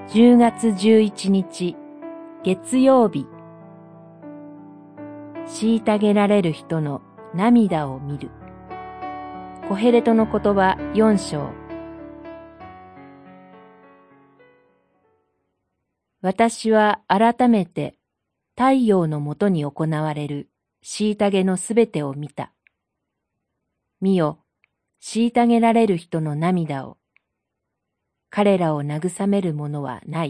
10月11日月曜日。虐げられる人の涙を見る。コヘレトの言葉4章。私は改めて太陽のもとに行われる虐げのすべてを見た。見よ、虐げられる人の涙を。彼らを慰めるものはない。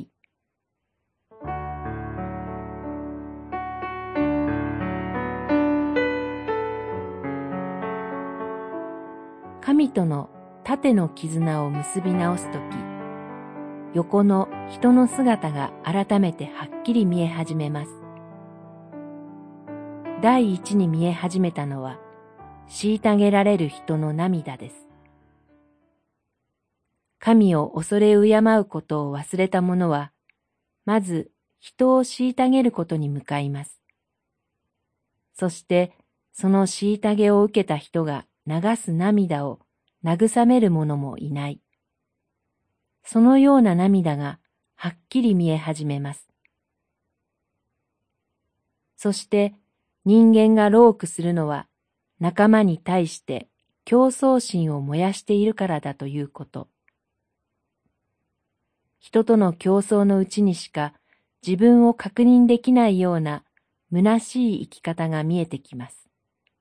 神との縦の絆を結び直すとき、横の人の姿が改めてはっきり見え始めます。第一に見え始めたのは、虐げられる人の涙です。神を恐れ敬うことを忘れた者は、まず人を虐げることに向かいます。そして、その虐げを受けた人が流す涙を慰める者もいない。そのような涙がはっきり見え始めます。そして人間が労苦するのは仲間に対して競争心を燃やしているからだということ。人との競争のうちにしか自分を確認できないような虚しい生き方が見えてきます。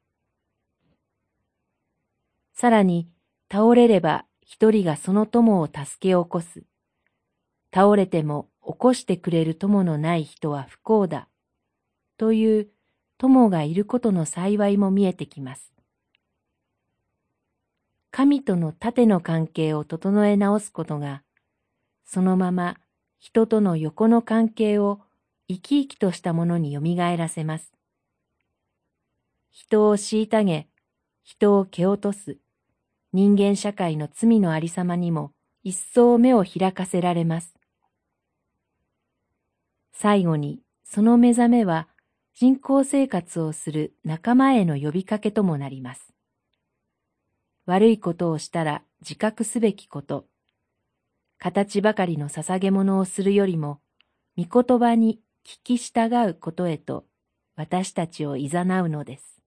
さらに倒れれば一人がその友を助け起こす。倒れても起こしてくれる友のない人は不幸だ。という友がいることの幸いも見えてきます。神との縦の関係を整え直すことが、そのまま人との横の関係を生き生きとしたものによみがえらせます。人を虐げ、人を蹴落とす、人間社会の罪のありさまにも一層目を開かせられます。最後にその目覚めは人工生活をする仲間への呼びかけともなります。悪いことをしたら自覚すべきこと、形ばかりの捧げ物をするよりも、御言葉に聞き従うことへと私たちを誘うのです。